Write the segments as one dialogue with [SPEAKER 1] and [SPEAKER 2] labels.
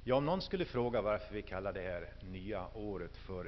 [SPEAKER 1] Ja, om någon skulle fråga varför vi kallar det här nya året för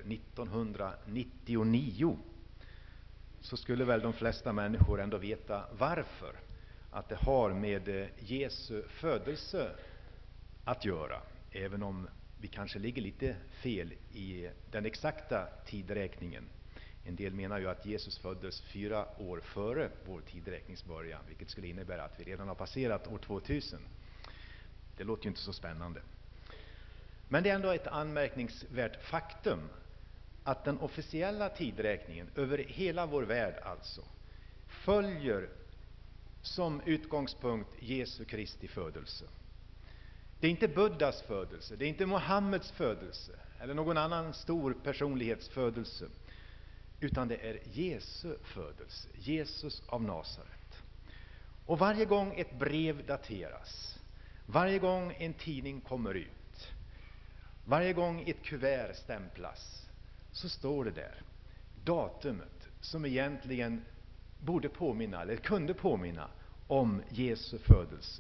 [SPEAKER 1] 1999, så skulle väl de flesta människor ändå veta varför. Att det har med Jesu födelse att göra, även om vi kanske ligger lite fel i den exakta tidräkningen. En del menar ju att Jesus föddes 4 år före vår tidräkningsbörjan, vilket skulle innebära att vi redan har passerat år 2000. Det låter ju inte så spännande. Men det är ändå ett anmärkningsvärt faktum att den officiella tidräkningen över hela vår värld alltså följer som utgångspunkt Jesu Kristi födelse. Det är inte Buddhas födelse, det är inte Mohammeds födelse eller någon annan stor personlighets födelse, utan det är Jesu födelse, Jesus av Nasaret. Och varje gång ett brev dateras, varje gång en tidning kommer ut, varje gång ett kuvert stämplas, så står det där datumet som egentligen borde påminna, eller kunde påminna, om Jesu födelse.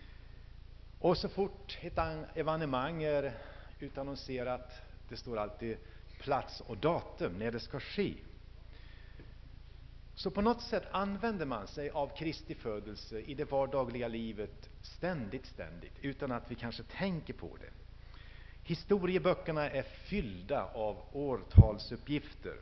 [SPEAKER 1] Och så fort ett evenemang är utannonserat, det står alltid plats och datum när det ska ske. Så på något sätt använder man sig av Kristi födelse i det vardagliga livet ständigt, utan att vi kanske tänker på det. Historieböckerna är fyllda av årtalsuppgifter,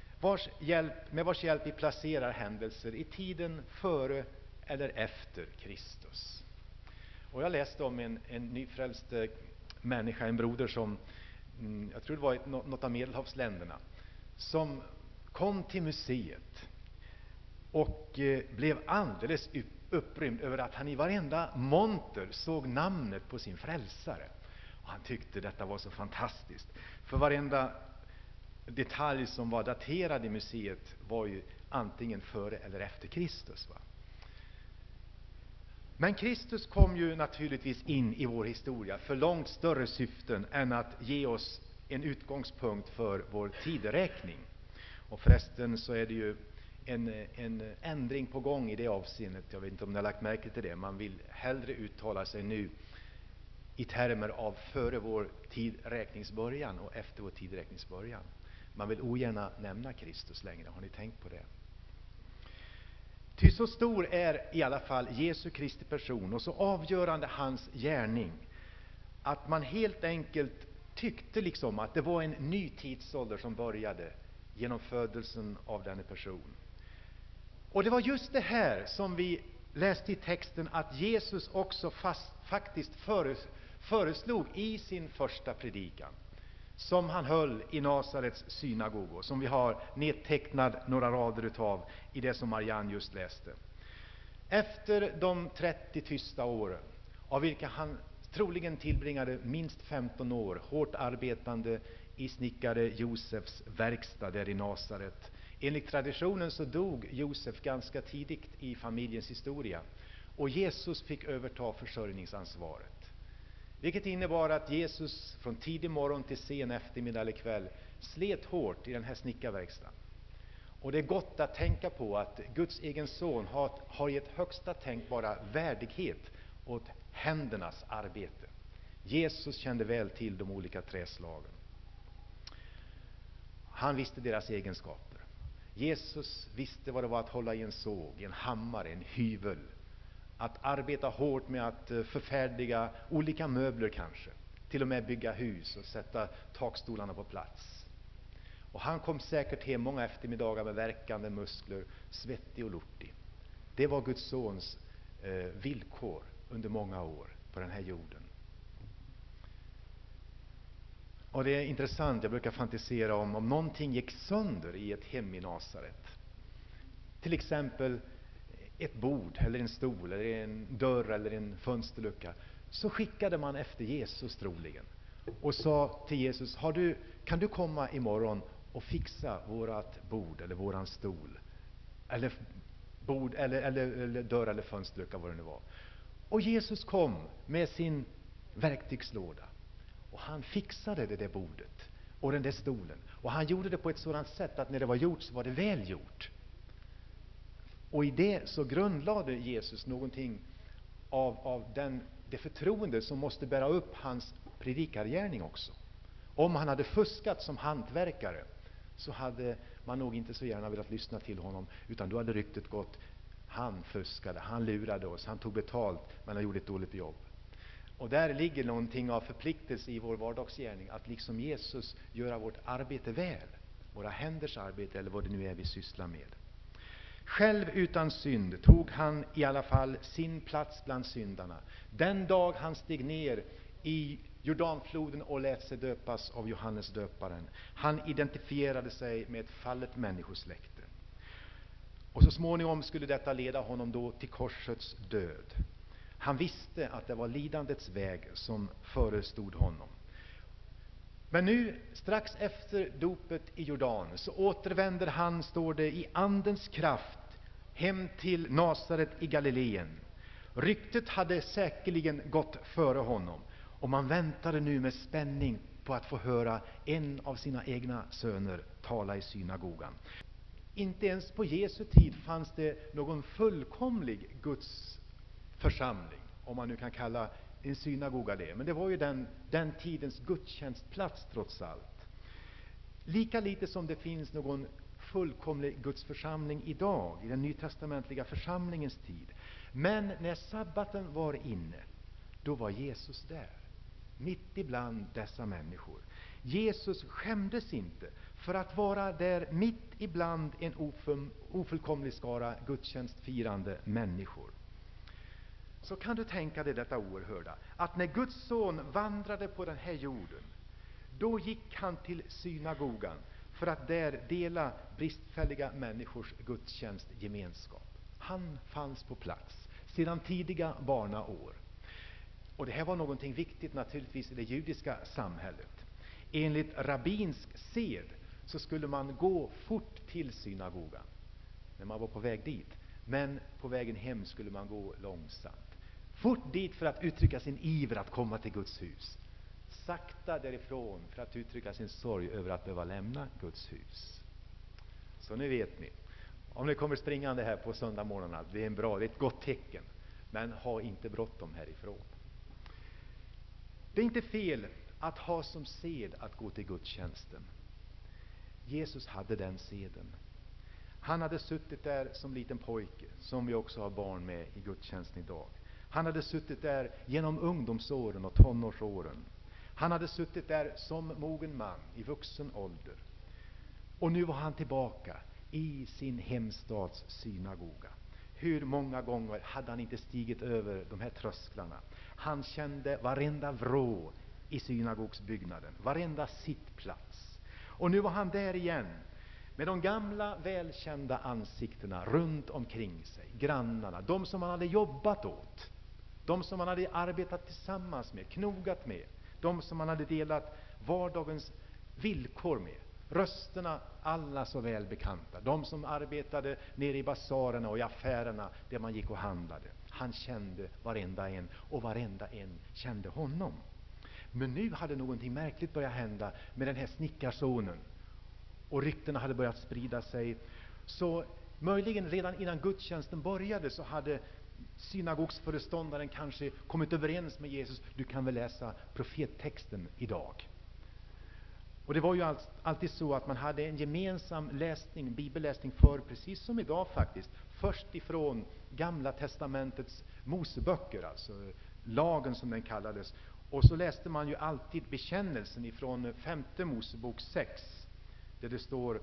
[SPEAKER 1] med vars hjälp vi placerar händelser i tiden före eller efter Kristus. Och jag läste om en nyfrälst människa, en broder som, jag tror det var något av Medelhavsländerna, som kom till museet och blev alldeles upprymd över att han i varenda monter såg namnet på sin frälsare. Och han tyckte detta var så fantastiskt, för varenda detalj som var daterad i museet var ju antingen före eller efter Kristus, va? Men Kristus kom ju naturligtvis in i vår historia för långt större syften än att ge oss en utgångspunkt för vår tideräkning. Och förresten så är det ju en ändring på gång i det avseendet. Jag vet inte om ni har lagt märke till det. Man vill hellre uttala sig nu i termer av före vår tidräkningsbörjan och efter vår tidräkningsbörjan. Man vill ogärna nämna Kristus längre. Har ni tänkt på det? Ty så stor är i alla fall Jesu Kristi person och så avgörande hans gärning, att man helt enkelt tyckte liksom att det var en ny tidsålder som började genom födelsen av denna person. Och det var just det här som vi läste i texten att Jesus också faktiskt föreslog i sin första predikan, som han höll i Nasarets synagog, som vi har nedtecknat några rader utav i det som Marianne just läste. Efter de 30 tysta åren, av vilka han troligen tillbringade minst 15 år hårt arbetande i snickare Josefs verkstad där i Nasaret. Enligt traditionen så dog Josef ganska tidigt i familjens historia, och Jesus fick överta försörjningsansvaret. Vilket innebar att Jesus från tidig morgon till sen eftermiddag eller kväll slet hårt i den här snickarverkstaden. Och det är gott att tänka på att Guds egen son har gett högsta tänkbara värdighet åt händernas arbete. Jesus kände väl till de olika träslagen. Han visste deras egenskaper. Jesus visste vad det var att hålla i en såg, en hammare, en hyvel. Att arbeta hårt med att förfärdiga olika möbler kanske. Till och med bygga hus och sätta takstolarna på plats. Och han kom säkert hem många eftermiddagar med värkande muskler, svettig och lortig. Det var Guds sons villkor under många år på den här jorden. Och det är intressant, jag brukar fantisera om någonting gick sönder i ett hem i Nasaret. Till exempel ett bord eller en stol eller en dörr eller en fönsterlucka, så skickade man efter Jesus troligen och sa till Jesus: kan du komma imorgon och fixa vårat bord eller våran stol eller bord eller dörr eller fönsterlucka, vad det nu var. Och Jesus kom med sin verktygslåda och han fixade det där bordet och den där stolen, och han gjorde det på ett sådant sätt att när det var gjort så var det väl gjort. Och i det så grundlade Jesus någonting av den det förtroende som måste bära upp hans predikargärning också. Om han hade fuskat som hantverkare, så hade man nog inte så gärna velat lyssna till honom, utan då hade ryktet gått: han fuskade, han lurade oss, han tog betalt, men han gjorde ett dåligt jobb. Och där ligger någonting av förpliktelse i vår vardagsgärning, att liksom Jesus göra vårt arbete väl, våra händers arbete, eller vad det nu är vi sysslar med. Själv utan synd tog han i alla fall sin plats bland syndarna. Den dag han steg ner i Jordanfloden och lät sig döpas av Johannes döparen. Han identifierade sig med ett fallet människosläkte. Och så småningom skulle detta leda honom då till korsets död. Han visste att det var lidandets väg som förestod honom. Men nu, strax efter dopet i Jordan, så återvänder han, står det, i andens kraft hem till Nasaret i Galileen. Ryktet hade säkerligen gått före honom, och man väntade nu med spänning på att få höra en av sina egna söner tala i synagogan. Inte ens på Jesu tid fanns det någon fullkomlig Guds församling, om man nu kan kalla en synagoga det. Men det var ju den tidens gudstjänstplats trots allt. Lika lite som det finns någon fullkomlig Guds församling idag, i den nytestamentliga församlingens tid. Men när sabbaten var inne, då var Jesus där, mitt ibland dessa människor. Jesus skämdes inte för att vara där mitt ibland en ofullkomlig skara gudstjänstfirande människor. Så kan du tänka dig detta oerhörda, att när Guds son vandrade på den här jorden, då gick han till synagogan för att där dela bristfälliga människors gudstjänstgemenskap. Han fanns på plats sedan tidiga barnaår. Och det här var någonting viktigt naturligtvis i det judiska samhället. Enligt rabbinsk sed så skulle man gå fort till synagogan när man var på väg dit. Men på vägen hem skulle man gå långsamt. Fort dit för att uttrycka sin iver att komma till Guds hus. Sakta därifrån för att uttrycka sin sorg över att behöva lämna Guds hus. Så nu vet ni. Om ni kommer springande här på söndag morgonen, det är ett gott tecken. Men ha inte bråttom härifrån. Det är inte fel att ha som sed att gå till gudstjänsten. Jesus hade den seden. Han hade suttit där som liten pojke, som vi också har barn med i gudstjänsten idag. Han hade suttit där genom ungdomsåren och tonårsåren. Han hade suttit där som mogen man i vuxen ålder. Och nu var han tillbaka i sin hemstads synagoga. Hur många gånger hade han inte stigit över de här trösklarna? Han kände varenda vrå i synagogsbyggnaden, varenda sittplats. Och nu var han där igen, med de gamla välkända ansiktena runt omkring sig. Grannarna, de som han hade jobbat åt. De som han hade arbetat tillsammans med, knogat med. De som han hade delat vardagens villkor med. Rösterna, alla så väl bekanta. De som arbetade nere i basarerna och i affärerna där man gick och handlade. Han kände varenda en, och varenda en kände honom. Men nu hade någonting märkligt börjat hända med den här snickarsonen. Och ryktena hade börjat sprida sig. Så möjligen redan innan gudstjänsten började så hade synagogsföreståndaren kanske kommit överens med Jesus: du kan väl läsa profettexten idag. Och det var ju alltid så att man hade en gemensam läsning, bibelläsning för, precis som idag faktiskt, först ifrån Gamla testamentets Moseböcker, alltså lagen som den kallades. Och så läste man ju alltid bekännelsen ifrån 5:e Mosebok 6, där det står,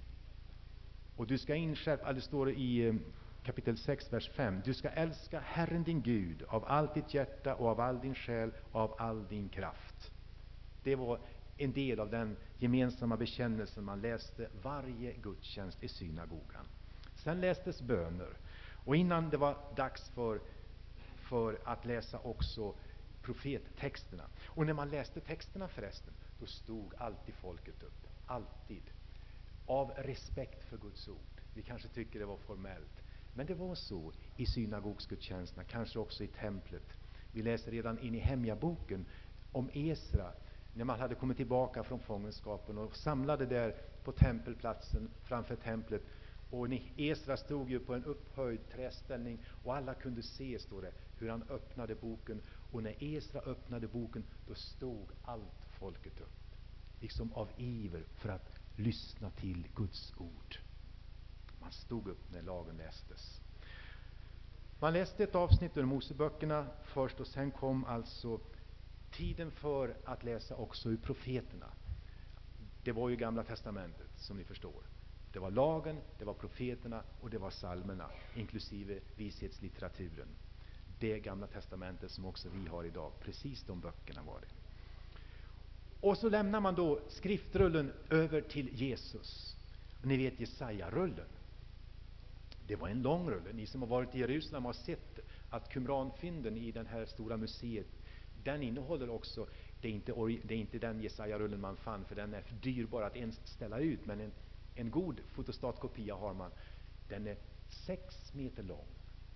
[SPEAKER 1] och du ska inskärpa, det står i kapitel 6, vers 5, du ska älska Herren din Gud av allt ditt hjärta och av all din själ och av all din kraft. Det var en del av den gemensamma bekännelsen man läste varje gudstjänst i synagogan. Sen lästes böner, och innan det var dags för att läsa också profettexterna. Och när man läste texterna förresten, då stod alltid folket upp. Alltid. Av respekt för Guds ord. Vi kanske tycker det var formellt. Men det var så i synagogsgudstjänsterna, kanske också i templet. Vi läser redan in i Hemjaboken om Esra, när man hade kommit tillbaka från fångenskapen och samlade där på tempelplatsen framför templet. Och Esra stod ju på en upphöjd träställning, och alla kunde se, står det, hur han öppnade boken. Och när Esra öppnade boken, då stod allt folket upp. Liksom av iver för att lyssna till Guds ord. Man stod upp när lagen lästes. Man läste ett avsnitt ur Moseböckerna först, och sen kom alltså tiden för att läsa också ur profeterna. Det var ju Gamla testamentet, som ni förstår. Det var lagen, det var profeterna och det var psalmerna, inklusive vishetslitteraturen. Det Gamla testamentet som också vi har idag, precis de böckerna var det. Och så lämnar man då skriftrullen över till Jesus. Och ni vet Jesaja-rullen. Det var en lång rulle. Ni som har varit i Jerusalem har sett att Qumran-fynden i den här stora museet, den innehåller också, det är inte den Jesaja-rullen man fann, för den är för dyrbar att ens ställa ut, men en god fotostatkopia har man. Den är 6 meter lång.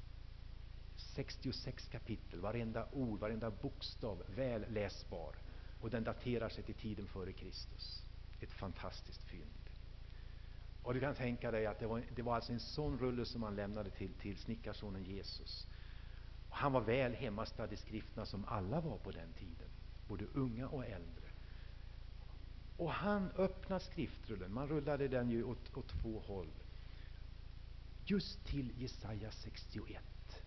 [SPEAKER 1] 66 kapitel, varenda ord, varenda bokstav väl läsbar. Och den daterar sig till tiden före Kristus. Ett fantastiskt fynd. Och du kan tänka dig att det var alltså en sån rulle som man lämnade till snickarsonen Jesus. Och han var väl hemmastad i skrifterna, som alla var på den tiden. Både unga och äldre. Och han öppnade skriftrullen. Man rullade den ju åt 2 håll. Just till Jesaja 61.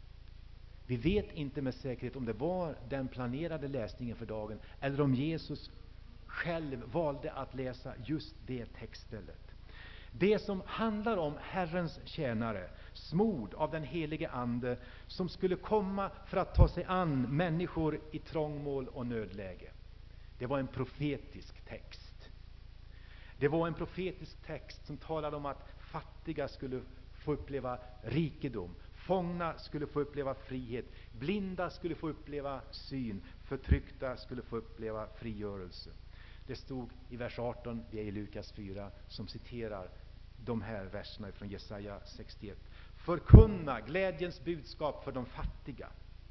[SPEAKER 1] Vi vet inte med säkerhet om det var den planerade läsningen för dagen, eller om Jesus själv valde att läsa just det textstället. Det som handlar om Herrens tjänare, smord av den helige Ande, som skulle komma för att ta sig an människor i trångmål och nödläge. Det var en profetisk text. Det var en profetisk text som talade om att fattiga skulle få uppleva rikedom, fångna skulle få uppleva frihet, blinda skulle få uppleva syn, förtryckta skulle få uppleva frigörelse. Det stod i vers 18, det är i Lukas 4, som citerar de här verserna från Jesaja 61. Förkunna glädjens budskap för de fattiga.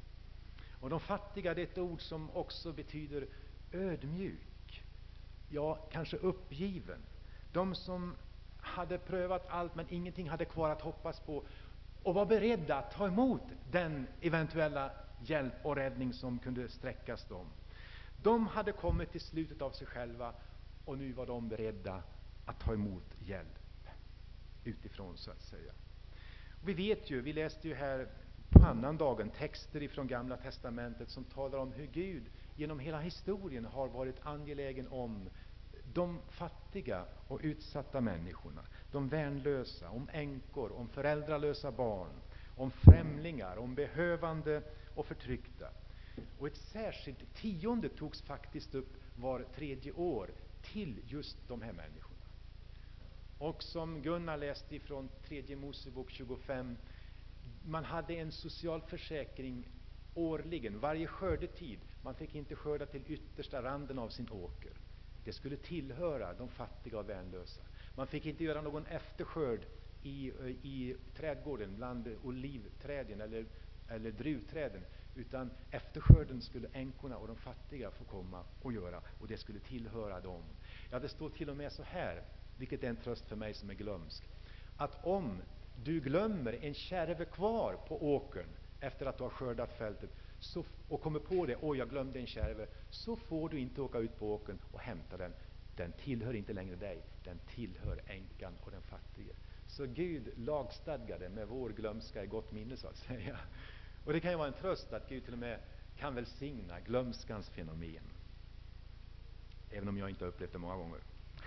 [SPEAKER 1] Och de fattiga, det är ett ord som också betyder ödmjuk. Ja, kanske uppgiven. De som hade prövat allt men ingenting hade kvar att hoppas på. Och var beredda att ta emot den eventuella hjälp och räddning som kunde sträckas dem. De hade kommit till slutet av sig själva, och nu var de beredda att ta emot hjälp utifrån, så att säga. Och vi vet ju, vi läste ju här på annan dagen texter ifrån Gamla testamentet som talar om hur Gud genom hela historien har varit angelägen om de fattiga och utsatta människorna, de värnlösa, om änkor, om föräldralösa barn, om främlingar, om behövande och förtryckta. Och ett särskilt 10:e togs faktiskt upp var 3:e år till just de här människorna. Och som Gunnar läste ifrån 3:e Mosebok 25, man hade en socialförsäkring årligen, varje skördetid. Man fick inte skörda till yttersta randen av sin åker. Det skulle tillhöra de fattiga och värnlösa. Man fick inte göra någon efterskörd i trädgården bland olivträden eller druvträden, utan efterskörden skulle änkorna och de fattiga få komma och göra, och det skulle tillhöra dem. Ja, det står till och med så här, vilket är en tröst för mig som är glömsk, att om du glömmer en kärve kvar på åkern efter att du har skördat fältet och kommer på det, jag glömde en kärve, så får du inte åka ut på åkern och hämta den. Den tillhör inte längre dig, den tillhör änkan och den fattige. Så Gud lagstadgade med vår glömska i gott minne, så att säga. Och det kan ju vara en tröst att Gud till och med kan välsigna glömskans fenomen. Även om jag inte har upplevt det många gånger.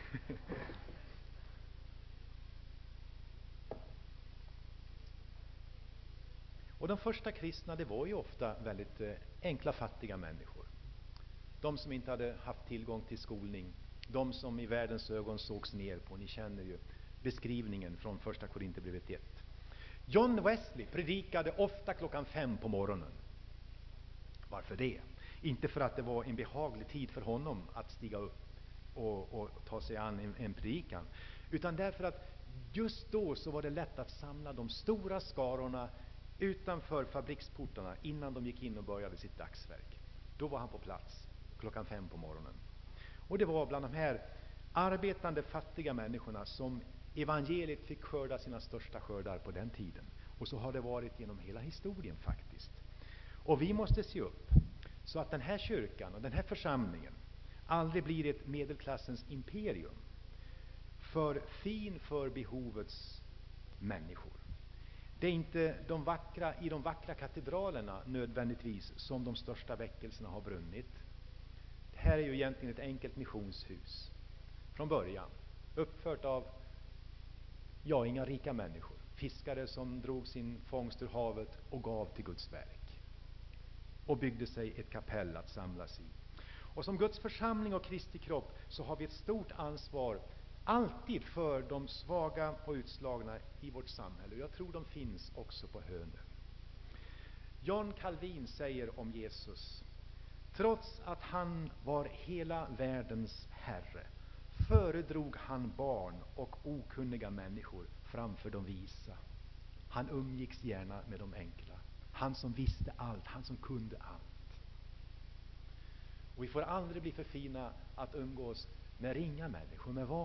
[SPEAKER 1] Och de första kristna, det var ju ofta väldigt enkla, fattiga människor. De som inte hade haft tillgång till skolning. De som i världens ögon sågs ner på. Ni känner ju beskrivningen från första Korinthierbrevet 1. John Wesley predikade ofta 5:00 på morgonen. Varför det? Inte för att det var en behaglig tid för honom att stiga upp och ta sig an en predikan, utan därför att just då så var det lätt att samla de stora skarorna utanför fabriksportarna innan de gick in och började sitt dagsverk. Då var han på plats 5:00 på morgonen. Och det var bland de här arbetande fattiga människorna som evangeliet fick skörda sina största skördar på den tiden. Och så har det varit genom hela historien faktiskt. Och vi måste se upp. Så att den här kyrkan och den här församlingen aldrig blir ett medelklassens imperium, för fin för behovets människor. Det är inte i de vackra katedralerna nödvändigtvis som de största väckelserna har brunnit. Det här är ju egentligen ett enkelt missionshus från början, uppfört av inga rika människor, fiskare som drog sin fångst ur havet och gav till Guds verk, och byggde sig ett kapell att samlas i. Och som Guds församling och Kristi kropp så har vi ett stort ansvar alltid för de svaga och utslagna i vårt samhälle. Jag tror de finns också på Hönö. John Calvin säger om Jesus: trots att han var hela världens herre, föredrog han barn och okunniga människor framför de visa. Han umgicks gärna med de enkla. Han som visste allt, han som kunde allt. Och vi får aldrig bli för fina att umgås med ringa människor, med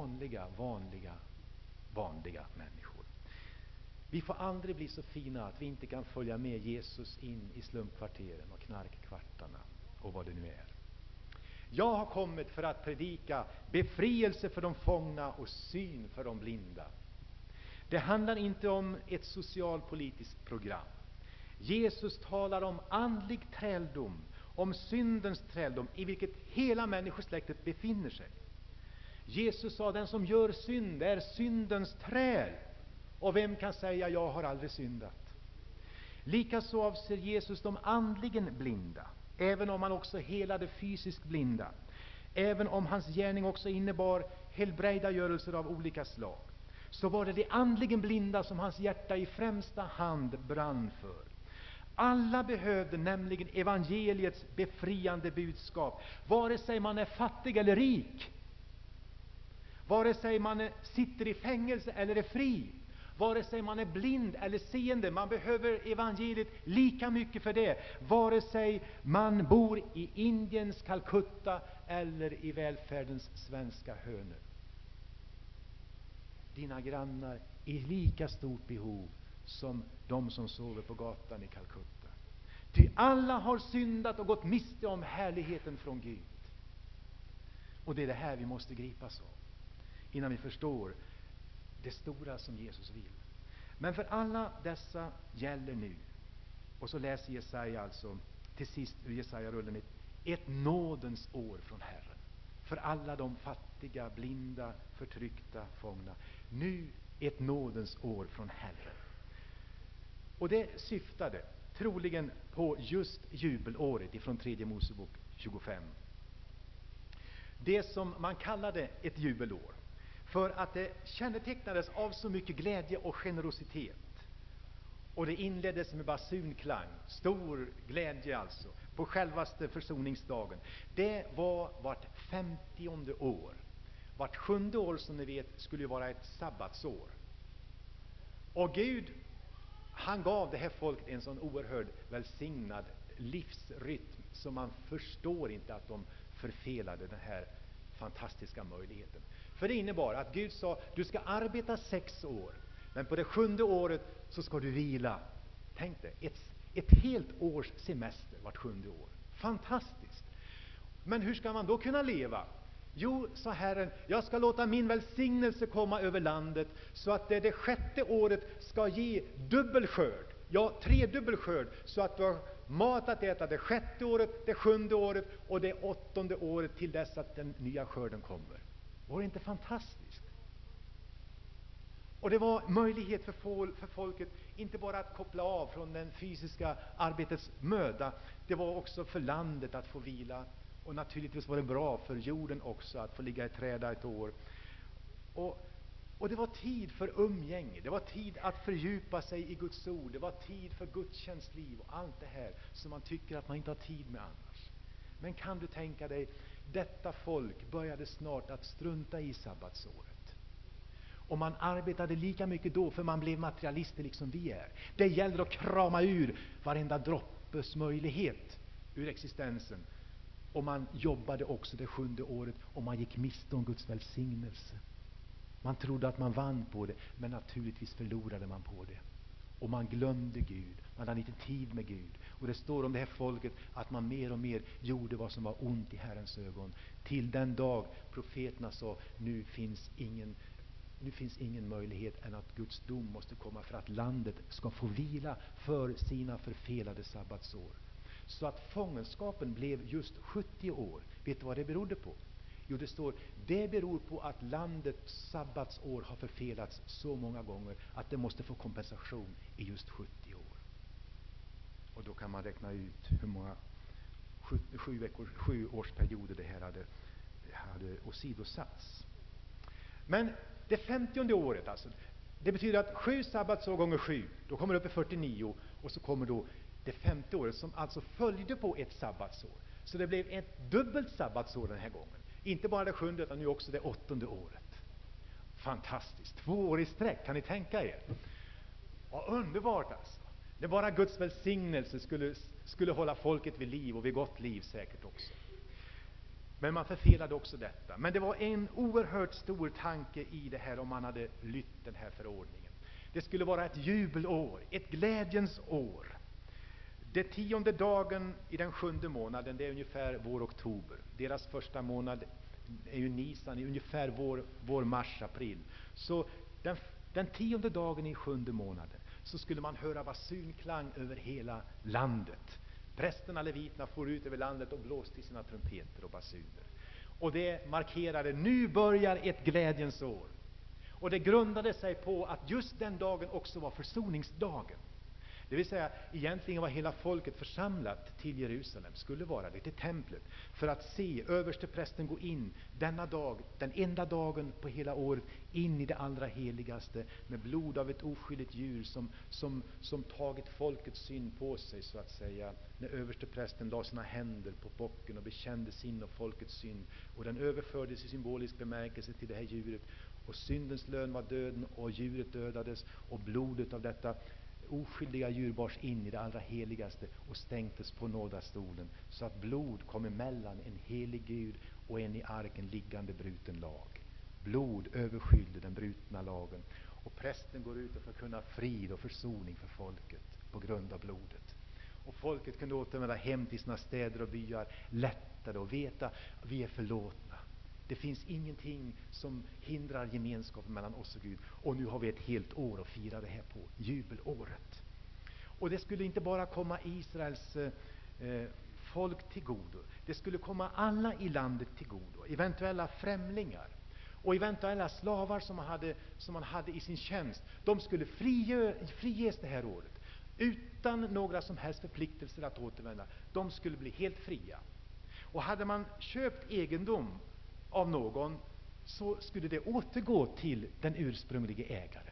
[SPEAKER 1] vanliga människor. Vi får aldrig bli så fina att vi inte kan följa med Jesus in i slumkvarteren och knarkkvartarna och vad det nu är. Jag har kommit för att predika befrielse för de fångna och syn för de blinda. Det handlar inte om ett socialpolitiskt program. Jesus talar om andlig träldom, om syndens träldom i vilket hela människosläktet befinner sig. Jesus sa: den som gör synd är syndens träl. Och vem kan säga: jag har aldrig syndat? Likaså avser Jesus de andligen blinda, även om han också helade fysiskt blinda, även om hans gärning också innebar helbrägdagörelser av olika slag, så var det de andligen blinda som hans hjärta i främsta hand brann för. Alla behövde nämligen evangeliets befriande budskap, vare sig man är fattig eller rik, vare sig man sitter i fängelse eller är fri, vare sig man är blind eller seende. Man behöver evangeliet lika mycket för det, vare sig man bor i Indiens Calcutta eller i välfärdens svenska Hönö. Dina grannar är i lika stort behov som de som sover på gatan i Calcutta. Ty alla har syndat och gått miste om härligheten från Gud. Och det är det här vi måste gripas av innan vi förstår det stora som Jesus vill. Men för alla dessa gäller nu, och så läser Jesaja alltså till sist ur Jesaja-rullen, ett nådens år från Herren. För alla de fattiga, blinda, förtryckta, fångna. Nu ett nådens år från Herren. Och det syftade troligen på just jubelåret ifrån 3 Mosebok 25. Det som man kallade ett jubelår, för att det kännetecknades av så mycket glädje och generositet. Och det inleddes med basunklang, stor glädje alltså, på självaste försoningsdagen. Det var vart 50:e år. Vart 7:e år, som ni vet, skulle ju vara ett sabbatsår. Och Gud, han gav det här folket en sån oerhörd välsignad livsrytm, som man förstår inte att de förfelade den här fantastiska möjligheten. För det innebar att Gud sa: du ska arbeta 6 år, men på det 7:e året så ska du vila. Tänk dig, ett helt års semester vart 7:e år. Fantastiskt! Men hur ska man då kunna leva? Jo, sa Herren, jag ska låta min välsignelse komma över landet, så att det 6:e året ska ge dubbel skörd. Ja, 3-dubbel skörd, så att du har mat att äta det 6:e året, det 7:e året och det 8:e året, till dess att den nya skörden kommer. Var det inte fantastiskt? Och det var möjlighet för folket inte bara att koppla av från den fysiska arbetets möda, det var också för landet att få vila. Och naturligtvis var det bra för jorden också att få ligga i träda ett år. Och det var tid för umgänge, det var tid att fördjupa sig i Guds ord, det var tid för gudstjänstliv och allt det här som man tycker att man inte har tid med annars. Men kan du tänka dig, detta folk började snart att strunta i sabbatsåret. Och man arbetade lika mycket då, för man blev materialister liksom vi är. Det gäller att krama ur varenda droppes möjlighet ur existensen. Och man jobbade också det 7:e året, och man gick miste om Guds välsignelse. Man trodde att man vann på det, men naturligtvis förlorade man på det. Och man glömde Gud. Man hade inte tid med Gud. Och det står om det här folket att man mer och mer gjorde vad som var ont i Herrens ögon. Till den dag profeterna sa, nu finns ingen möjlighet än att Guds dom måste komma för att landet ska få vila för sina förfelade sabbatsår. Så att fångenskapen blev just 70 år. Vet du vad det berodde på? Jo, det står, det beror på att landets sabbatsår har förfelats så många gånger att det måste få kompensation i just 70 år. Och då kan man räkna ut hur många 7 årsperioder det här hade åsidosatts. Men det 50:e året, alltså, det betyder att 7 sabbatsår gånger 7, då kommer det upp i 49, och så kommer då det 50:e året som alltså följde på ett sabbatsår. Så det blev ett dubbelt sabbatsår den här gången. Inte bara det 7:e utan nu också det 8:e året. Fantastiskt. 2 år i sträck, kan ni tänka er? Vad underbart alltså. Det bara Guds välsignelse skulle hålla folket vid liv och vid gott liv säkert också. Men man förfelade också detta. Men det var en oerhört stor tanke i det här om man hade lytt den här förordningen. Det skulle vara ett jubelår, ett glädjens år. Det 10:e dagen i den 7:e månaden, det är ungefär vår oktober. Deras första månad är ju Nisan, i ungefär vår mars, april. Så den 10:e dagen i 7:e månaden så skulle man höra basunklang över hela landet. Prästerna, leviterna, for ut över landet och blåste i sina trumpeter och basuner. Och det markerade, nu börjar ett glädjens år. Och det grundade sig på att just den dagen också var försoningsdagen. Det vill säga, egentligen var hela folket församlat till Jerusalem, skulle vara det, till templet, för att se översteprästen gå in denna dag, den enda dagen på hela året, in i det allra heligaste med blod av ett oskyldigt djur som tagit folkets synd på sig, så att säga. När översteprästen la sina händer på bocken och bekände sin och folkets synd, och den överfördes i symbolisk bemärkelse till det här djuret, och syndens lön var döden, och djuret dödades, och blodet av detta oskyldiga djur bars in i det allra heligaste och stänktes på nådastolen, så att blod kom emellan en helig Gud och en i arken liggande bruten lag. Blod överskyllde den brutna lagen, och prästen går ut och förkunnar frid och försoning för folket på grund av blodet. Och folket kunde återvända hem till sina städer och byar lättade och veta, vi är förlåtna. Det finns ingenting som hindrar gemenskapen mellan oss och Gud. Och nu har vi ett helt år att fira det här på, jubelåret. Och det skulle inte bara komma Israels folk till godo. Det skulle komma alla i landet till godo. Eventuella främlingar och eventuella slavar som man hade i sin tjänst. De skulle friges det här året. Utan några som helst förpliktelser att återvända. De skulle bli helt fria. Och hade man köpt egendom av någon, så skulle det återgå till den ursprunglige ägaren.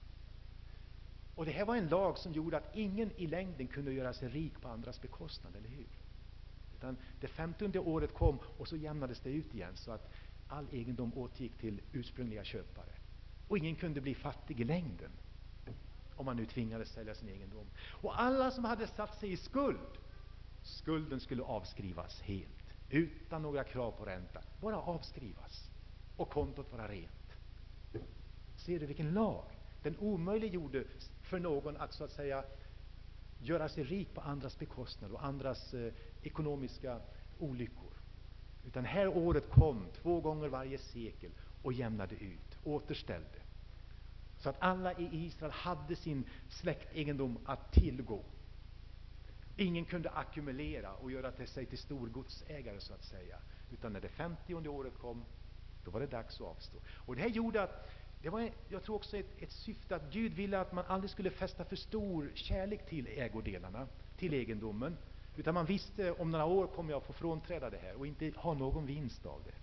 [SPEAKER 1] Och det här var en lag som gjorde att ingen i längden kunde göra sig rik på andras bekostnad, eller hur? Utan det 50:e året kom och så jämnades det ut igen, så att all egendom återgick till ursprungliga köpare. Och ingen kunde bli fattig i längden, om man nu tvingades sälja sin egendom. Och alla som hade satt sig i skulden skulle avskrivas helt. Utan några krav på ränta. Bara avskrivas. Och kontot vara rent. Ser du vilken lag? Den omöjliggjorde för någon att, så att säga, göra sig rik på andras bekostnad och andras ekonomiska olyckor. Utan här året kom 2 gånger varje sekel och jämnade ut, återställde. Så att alla i Israel hade sin släktegendom att tillgå. Ingen kunde ackumulera och göra sig till stor godsägare, så att säga. Utan när det 50:e året kom, då var det dags att avstå. Och det här gjorde att, det var, jag tror också ett syfte, att Gud ville att man aldrig skulle fästa för stor kärlek till ägodelarna, till egendomen. Utan man visste, om några år kommer jag få frånträda det här och inte ha någon vinst av det.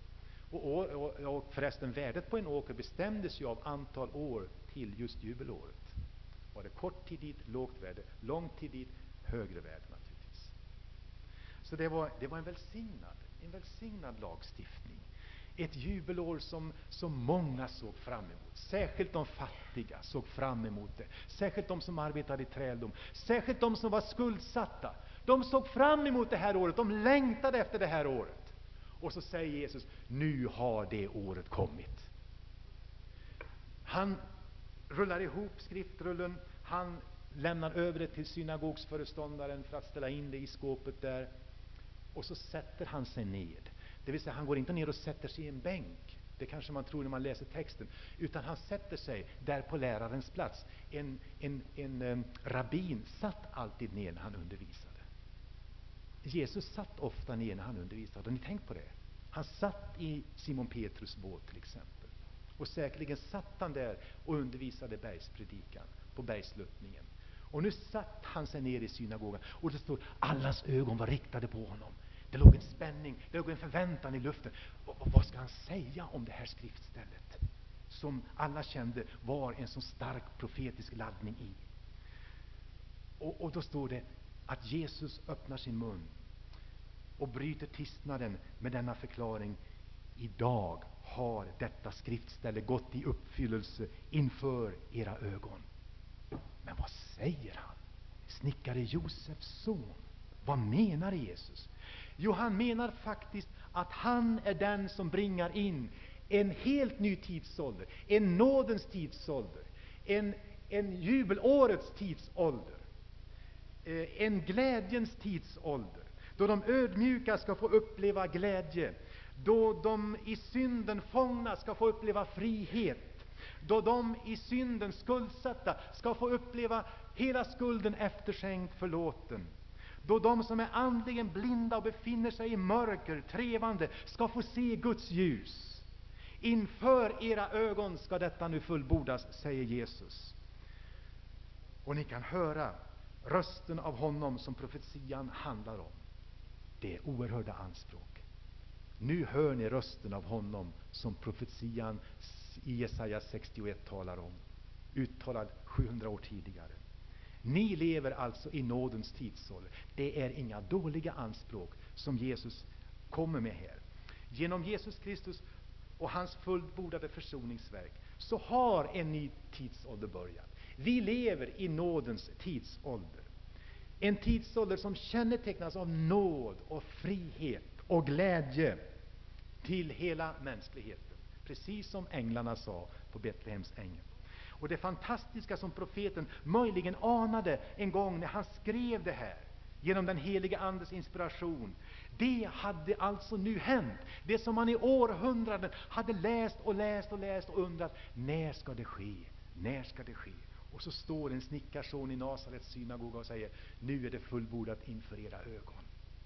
[SPEAKER 1] Och förresten, värdet på en åker bestämdes ju av antal år till just jubelåret. Var det kort tid dit, lågt värde, lång tid dit, högre värde naturligtvis. Så det var en välsignad lagstiftning. Ett jubelår som många såg fram emot. Särskilt de fattiga såg fram emot det. Särskilt de som arbetade i träldom. Särskilt de som var skuldsatta. De såg fram emot det här året. De längtade efter det här året. Och så säger Jesus, nu har det året kommit. Han rullar ihop skriftrullen. Han lämnar över det till synagogsföreståndaren för att ställa in det i skåpet där. Och så sätter han sig ned. Det vill säga, han går inte ner och sätter sig i en bänk. Det kanske man tror när man läser texten. Utan han sätter sig där på lärarens plats. En rabbin satt alltid ner när han undervisade. Jesus satt ofta ner när han undervisade. Har ni tänkt på det? Han satt i Simon Petrus båt till exempel. Och säkerligen satt han där och undervisade bergspredikan på bergsluttningen. Och nu satt han sig ner i synagogan. Och det står, allas ögon var riktade på honom. Det låg en spänning, det låg en förväntan i luften. Och vad ska han säga om det här skriftstället? Som alla kände var en så stark profetisk laddning i. Och då står det att Jesus öppnar sin mun och bryter tystnaden med denna förklaring. Idag har detta skriftställe gått i uppfyllelse inför era ögon. Men vad säger han? Snickare Josefs son. Vad menar Jesus? Jo, han menar faktiskt att han är den som bringar in en helt ny tidsålder. En nådens tidsålder. En jubelårets tidsålder. En glädjens tidsålder. Då de ödmjuka ska få uppleva glädje. Då de i synden fångna ska få uppleva frihet. Då de i synden skuldsatta ska få uppleva hela skulden efterskänkt förlåten. Då de som är andligen blinda och befinner sig i mörker, trevande, ska få se Guds ljus. Inför era ögon ska detta nu fullbordas, säger Jesus. Och ni kan höra rösten av honom som profetian handlar om. Det är oerhörda anspråk. Nu hör ni rösten av honom som profetian i Jesaja 61 talar om. Uttalad 700 år tidigare. Ni lever alltså i nådens tidsålder. Det är inga dåliga anspråk som Jesus kommer med här. Genom Jesus Kristus och hans fullbordade försoningsverk så har en ny tidsålder börjat. Vi lever i nådens tidsålder. En tidsålder som kännetecknas av nåd och frihet och glädje till hela mänskligheten. Precis som änglarna sa på Betlehems ängel. Och det fantastiska som profeten möjligen anade en gång när han skrev det här genom den helige Andes inspiration, det hade alltså nu hänt. Det som man i århundraden hade läst och undrat, när ska det ske? När ska det ske? Och så står en snickarson i Nasarets synagoga och säger, nu är det fullbordat inför era ögon.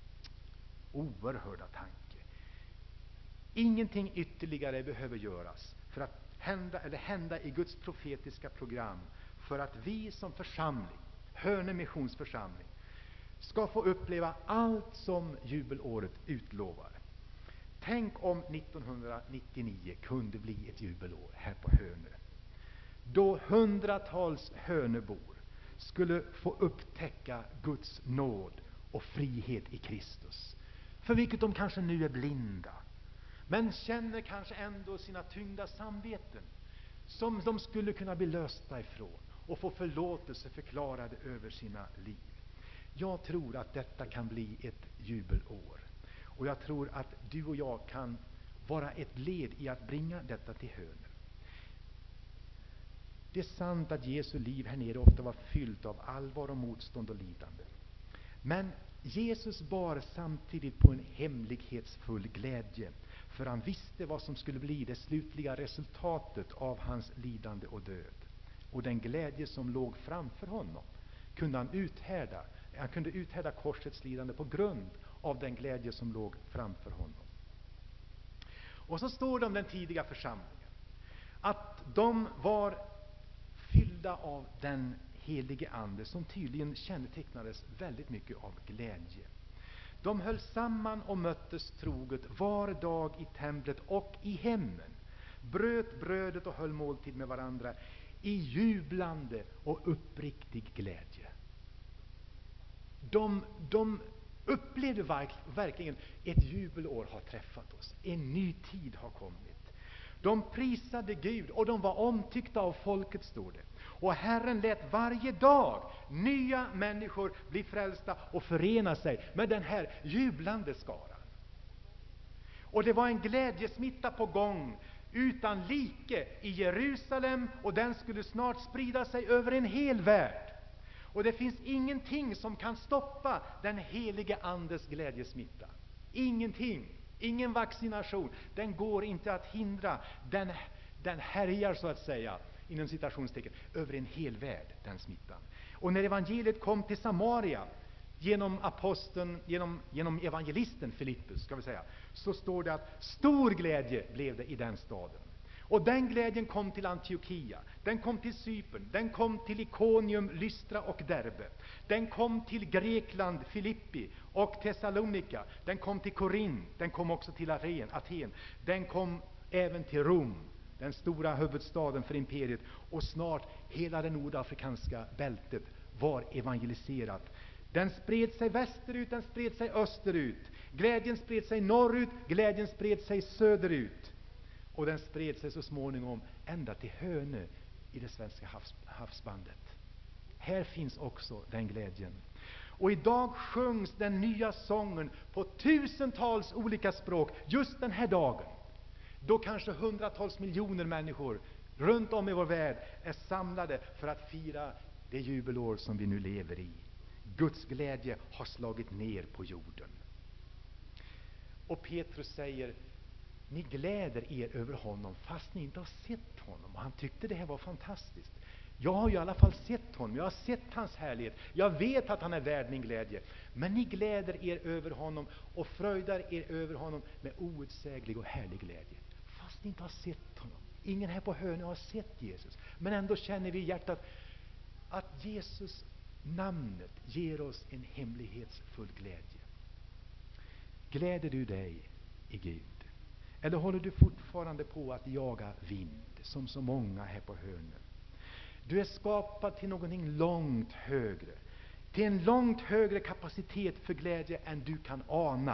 [SPEAKER 1] Oerhörda tanke. Ingenting ytterligare behöver göras för att hända i Guds profetiska program för att vi som församling, Hönö missionsförsamling, ska få uppleva allt som jubelåret utlovar. Tänk om 1999 kunde bli ett jubelår här på Hönö. Då hundratals hönöbor skulle få upptäcka Guds nåd och frihet i Kristus. För vilket de kanske nu är blinda. Men känner kanske ändå sina tyngda samveten som de skulle kunna bli lösta ifrån och få förlåtelse förklarade över sina liv. Jag tror att detta kan bli ett jubelår. Och jag tror att du och jag kan vara ett led i att bringa detta till Hönö. Det är sant att Jesu liv här nere ofta var fyllt av allvar och motstånd och lidande. Men Jesus bar samtidigt på en hemlighetsfull glädje, för han visste vad som skulle bli det slutliga resultatet av hans lidande och död. Och den glädje som låg framför honom kunde han uthärda. Han kunde uthärda korsets lidande på grund av den glädje som låg framför honom. Och så står det om den tidiga församlingen att de var fyllda av den helige Ande som tydligen kännetecknades väldigt mycket av glädje. De höll samman och möttes troget var dag i templet och i hemmen, bröt brödet och höll måltid med varandra i jublande och uppriktig glädje. De upplevde verkligen ett jubelår har träffat oss, en ny tid har kommit. De prisade Gud och de var omtyckta av folket, står det. Och Herren lät varje dag nya människor bli frälsta och förena sig med den här jublande skaran. Och det var en glädjesmitta på gång utan like i Jerusalem, och den skulle snart sprida sig över en hel värld. Och det finns ingenting som kan stoppa den helige Andes glädjesmitta. Ingenting, ingen vaccination. Den går inte att hindra. Den härjar så att säga, inom citationstecken, över en hel värld, den smittan. Och när evangeliet kom till Samaria genom evangelisten Filippus, ska vi säga, så står det att stor glädje blev det i den staden. Och den glädjen kom till Antiochia, den kom till Cypern, den kom till Ikonium, Lystra och Derbe. Den kom till Grekland, Filippi och Thessalonika. Den kom till Korint, den kom också till Aten. Den kom även till Rom, den stora huvudstaden för imperiet. Och snart hela det nordafrikanska bältet var evangeliserat. Den spred sig västerut, den spred sig österut. Glädjen spred sig norrut, glädjen spred sig söderut. Och den spred sig så småningom ända till Hönö i det svenska havsbandet. Här finns också den glädjen. Och idag sjungs den nya sången på tusentals olika språk just den här dagen. Då kanske hundratals miljoner människor runt om i vår värld är samlade för att fira det jubelår som vi nu lever i. Guds glädje har slagit ner på jorden. Och Petrus säger: ni gläder er över honom fast ni inte har sett honom. Och han tyckte det här var fantastiskt. Jag har ju i alla fall sett honom, jag har sett hans härlighet. Jag vet att han är värd min glädje. Men ni gläder er över honom och fröjdar er över honom med outsäglig och härlig glädje. Fast ni inte har sett honom. Ingen här på Hönö har sett Jesus. Men ändå känner vi i hjärtat att Jesus namnet ger oss en hemlighetsfull glädje. Gläder du dig i Gud? Eller håller du fortfarande på att jaga vind, som så många här på Hönö? Du är skapad till någonting långt högre, till en långt högre kapacitet för glädje än du kan ana.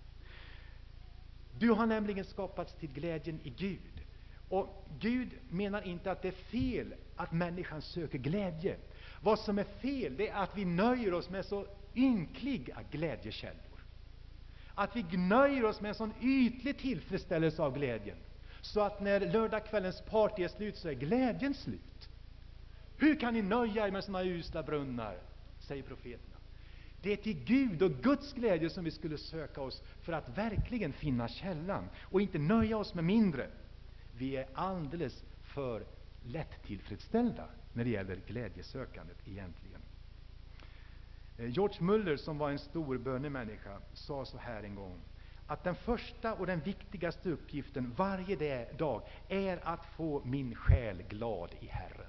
[SPEAKER 1] Du har nämligen skapats till glädjen i Gud. Och Gud menar inte att det är fel att människan söker glädje. Vad som är fel, det är att vi nöjer oss med så ynkliga glädjekällor. Att vi nöjer oss med en sån ytlig tillfredsställelse av glädjen, så att när lördagskvällens party är slut så är glädjen slut. Hur kan ni nöja er med såna usla brunnar, säger profeterna. Det är till Gud och Guds glädje som vi skulle söka oss för att verkligen finna källan och inte nöja oss med mindre. Vi är alldeles för lätt tillfredsställda när det gäller glädjesökandet egentligen. George Muller, som var en stor bönemänniska, sa så här en gång, att den första och den viktigaste uppgiften varje dag är att få min själ glad i Herren.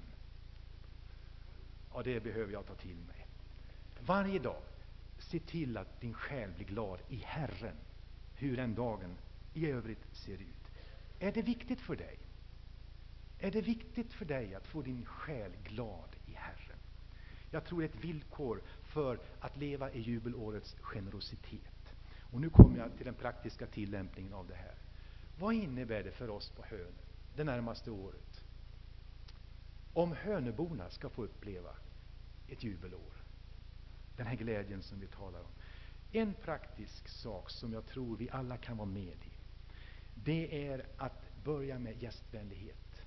[SPEAKER 1] Ja, det behöver jag ta till mig. Varje dag, se till att din själ blir glad i Herren, hur den dagen i övrigt ser ut. Är det viktigt för dig? Är det viktigt för dig att få din själ glad i Herren? Jag tror det är ett villkor för att leva i jubelårets generositet. Och nu kommer jag till den praktiska tillämpningen av det här. Vad innebär det för oss på Hönö det närmaste året, om Hönöborna ska få uppleva ett jubelår? Den här glädjen som vi talar om. En praktisk sak som jag tror vi alla kan vara med i, det är att börja med gästvänlighet.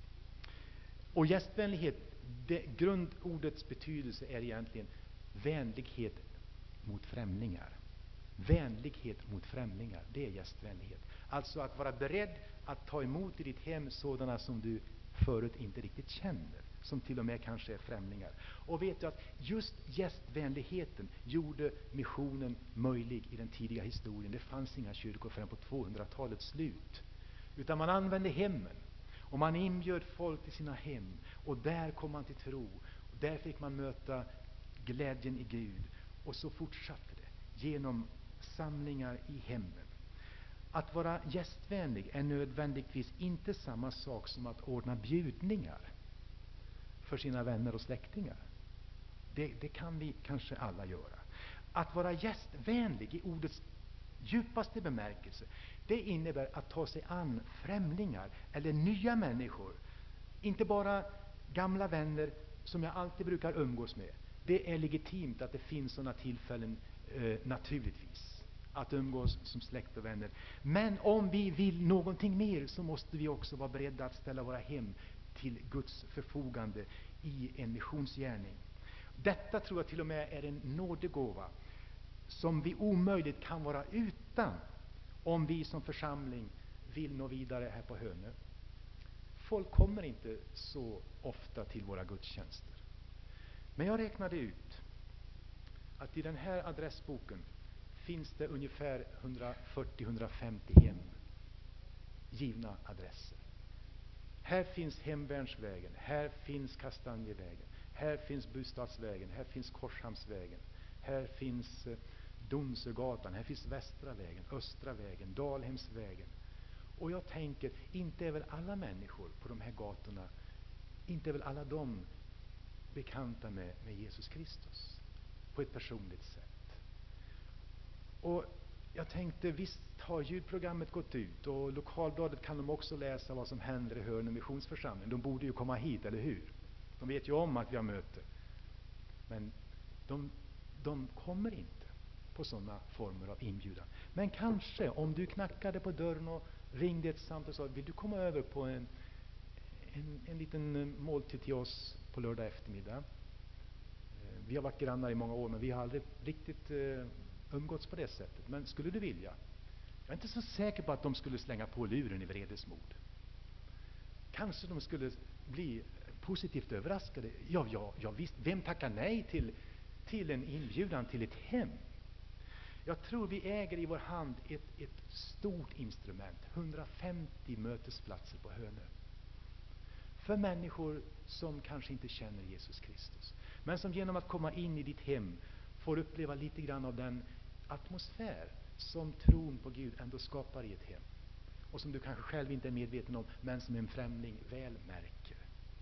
[SPEAKER 1] Och gästvänlighet, grundordets betydelse är egentligen vänlighet mot främlingar. Vänlighet mot främlingar, det är gästvänlighet. Alltså att vara beredd att ta emot i ditt hem sådana som du förut inte riktigt känner, som till och med kanske är främlingar. Och vet du att just gästvänligheten gjorde missionen möjlig i den tidiga historien. Det fanns inga kyrkor förrän på 200-talets slut, utan man använde hemmen. Och man inbjöd folk till sina hem, och där kom man till tro. Och där fick man möta glädjen i Gud. Och så fortsatte det genom samlingar i hemmen. Att vara gästvänlig är nödvändigtvis inte samma sak som att ordna bjudningar för sina vänner och släktingar. Det kan vi kanske alla göra. Att vara gästvänlig i ordets djupaste bemärkelse, det innebär att ta sig an främlingar eller nya människor. Inte bara gamla vänner som jag alltid brukar umgås med. Det är legitimt att det finns sådana tillfällen, naturligtvis. att umgås som släkt och vänner. Men om vi vill någonting mer så måste vi också vara beredda att ställa våra hem till Guds förfogande i en missionsgärning. Detta tror jag till och med är en nådegåva som vi omöjligt kan vara utan om vi som församling vill nå vidare här på Hönö. Folk kommer inte så ofta till våra gudstjänster. Men jag räknade ut att i den här adressboken finns det ungefär 140-150 hem, givna adresser. Här finns Hemvärnsvägen, här finns Kastanjevägen, här finns Bostadsvägen, här finns Korshamnsvägen, här finns Donsögatan, här finns Västra vägen, Östra vägen, Dalhemsvägen. Och jag tänker, inte är väl alla människor på de här gatorna, inte är väl alla de bekanta med Jesus Kristus på ett personligt sätt. Och jag tänkte, visst har ljudprogrammet gått ut och lokalbladet kan de också läsa vad som händer i Hönö missionsförsamling. De borde ju komma hit, eller hur? De vet ju om att vi har möte. Men de kommer inte på sådana former av inbjudan. Men kanske om du knackade på dörren och ringde ett samtal och sa, vill du komma över på en liten måltid till oss på lördag eftermiddag? Vi har varit grannar i många år, men vi har aldrig riktigt umgåtts på det sättet. Men skulle du vilja? Jag är inte så säker på att de skulle slänga på luren i vredesmod. Kanske de skulle bli positivt överraskade. Ja visst, vem tackar nej till en inbjudan till ett hem? Jag tror vi äger i vår hand ett stort instrument, 150 mötesplatser på Hönö. För människor som kanske inte känner Jesus Kristus, men som genom att komma in i ditt hem får uppleva lite grann av den atmosfär som tron på Gud ändå skapar i ett hem. Och som du kanske själv inte är medveten om, men som en främling väl märker.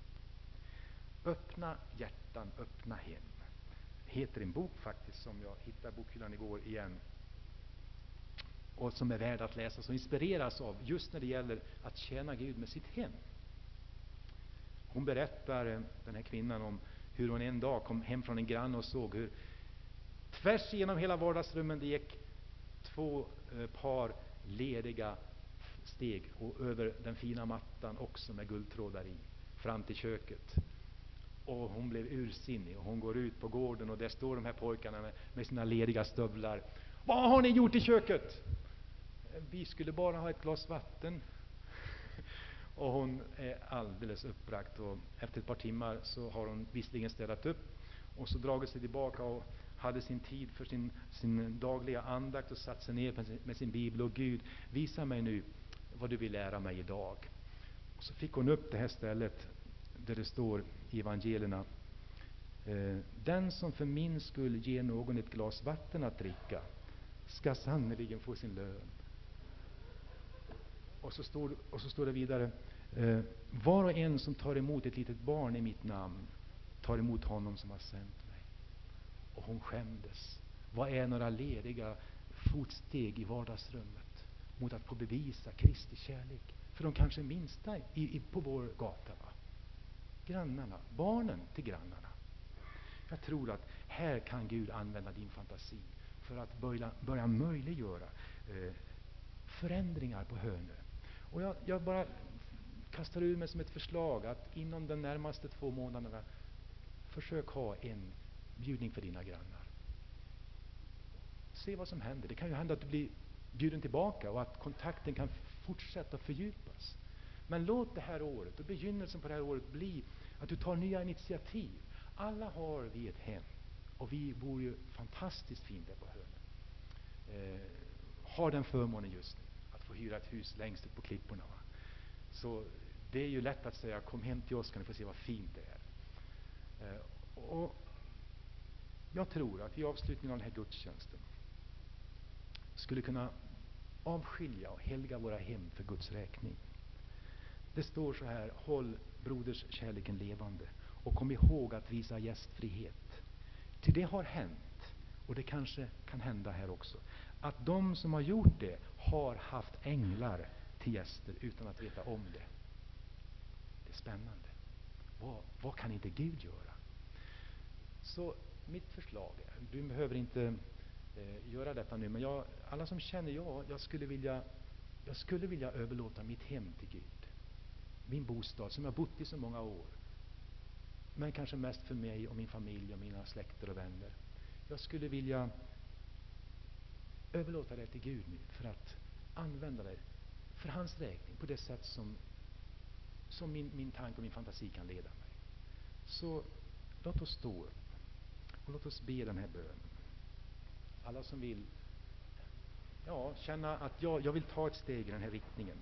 [SPEAKER 1] Öppna hjärtan, öppna hem. Heter en bok faktiskt som jag hittade i bokhyllan igår igen. Och som är värd att läsa, som inspireras av just när det gäller att tjäna Gud med sitt hem. Hon berättar, den här kvinnan, om hur hon en dag kom hem från en granne och såg hur tvärs genom hela vardagsrummen det gick 2 par lediga steg och över den fina mattan också med guldtrådar i, fram till köket. Och hon blev ursinnig och hon går ut på gården och där står de här pojkarna med sina lediga stövlar. Vad har ni gjort i köket? Vi skulle bara ha ett glas vatten. Och hon är alldeles uppbragt och efter ett par timmar så har hon visserligen städat upp och så dragit sig tillbaka och hade sin tid för sin dagliga andakt och satt sig ner med sin bibel och Gud, visa mig nu vad du vill lära mig idag. Och så fick hon upp det här stället där det står i evangelierna: den som för min skull ger någon ett glas vatten att dricka ska sannoliken få sin lön. Och så står det vidare: var och en som tar emot ett litet barn i mitt namn tar emot honom som har sänt mig. Och hon skämdes. Vad är några lediga fotsteg i vardagsrummet mot att få bevisa Kristi kärlek för de kanske minsta på vår gata, va? Grannarna, barnen till grannarna. Jag tror att här kan Gud använda din fantasi för att börja möjliggöra förändringar på Hönö. Och jag bara kastar ur mig som ett förslag att inom de närmaste 2 månaderna försök ha en bjudning för dina grannar. Se vad som händer. Det kan ju hända att du blir bjuden tillbaka och att kontakten kan fortsätta fördjupas. Men låt det här året och begynnelsen på det här året bli att du tar nya initiativ. Alla har vi ett hem och vi bor ju fantastiskt fint där på Hönö. Har den förmånen just nu att få hyra ett hus längst ut på klipporna, va? Så det är ju lätt att säga, kom hem till oss kan du få se vad fint det är. Och jag tror att i avslutningen av den här gudstjänsten skulle kunna avskilja och helga våra hem för Guds räkning. Det står så här: håll broders kärleken levande och kom ihåg att visa gästfrihet. Till det har hänt, och det kanske kan hända här också, att de som har gjort det har haft änglar till gäster utan att veta om det. Det är spännande. Vad kan inte Gud göra? Så mitt förslag är, du behöver inte göra detta nu. Men alla som känner, jag skulle vilja överlåta mitt hem till Gud. Min bostad som jag bott i så många år. Men kanske mest för mig och min familj och mina släkter och vänner. Jag skulle vilja överlåta det till Gud nu för att använda det för hans räkning på det sätt som min tanke och min fantasi kan leda mig. Så låt oss stå upp och låt oss be den här bönen. Alla som vill känna att jag vill ta ett steg i den här riktningen.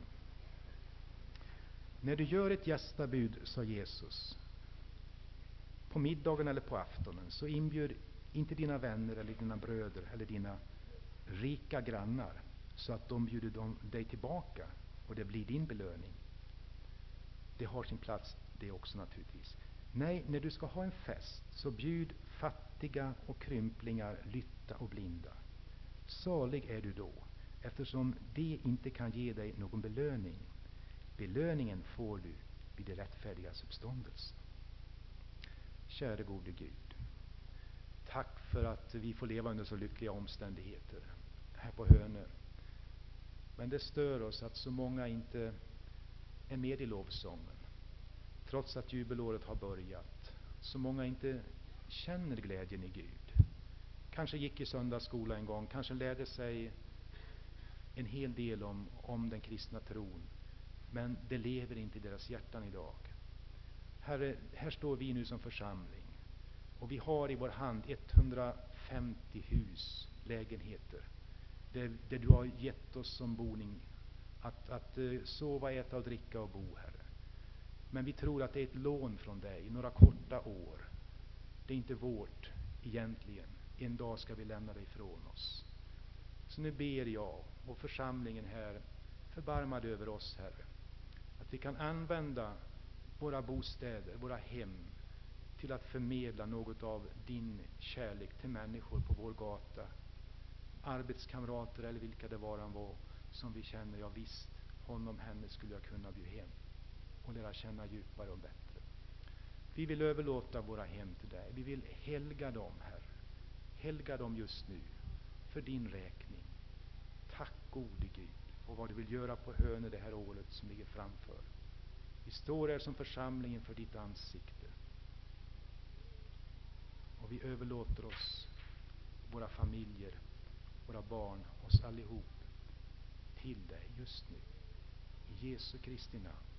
[SPEAKER 1] När du gör ett gästabud, sa Jesus, på middagen eller på aftonen, så inbjud inte dina vänner eller dina bröder eller dina rika grannar så att de bjuder dig tillbaka och det blir din belöning. Det har sin plats det också naturligtvis. Nej, när du ska ha en fest så bjud fattiga och krymplingar, lytta och blinda. Salig är du då, eftersom det inte kan ge dig någon belöning. Belöningen får du vid det rättfärdigas uppståndelse. Käre gode Gud, tack för att vi får leva under så lyckliga omständigheter här på Hönö. Men det stör oss att så många inte är med i lovsången, trots att jubelåret har börjat. Så många inte känner glädjen i Gud. Kanske gick i söndagsskola en gång, kanske lärde sig en hel del om den kristna tron, men det lever inte i deras hjärtan idag. Herre, här står vi nu som församling och vi har i vår hand 150 hus, lägenheter, där du har gett oss som boning att sova, äta och dricka och bo, Herre. Men vi tror att det är ett lån från dig, några korta år. Det är inte vårt egentligen. En dag ska vi lämna dig ifrån oss. Så nu ber jag och församlingen här, förbarma dig över oss, Herre. Att vi kan använda våra bostäder, våra hem, till att förmedla något av din kärlek till människor på vår gata. Arbetskamrater eller vilka det var som vi känner, ja visst, honom, henne skulle jag kunna bjuda hem och lära känna djupare och bättre. Vi vill överlåta våra hem till dig. Vi vill helga dem, Herre. Helga dem just nu för din räkning. Tack gode Gud och vad du vill göra på Hönö det här året som ligger framför. Vi står här som församling inför ditt ansikte. Och vi överlåter oss, våra familjer, våra barn, oss allihop till dig just nu. I Jesu Kristi namn.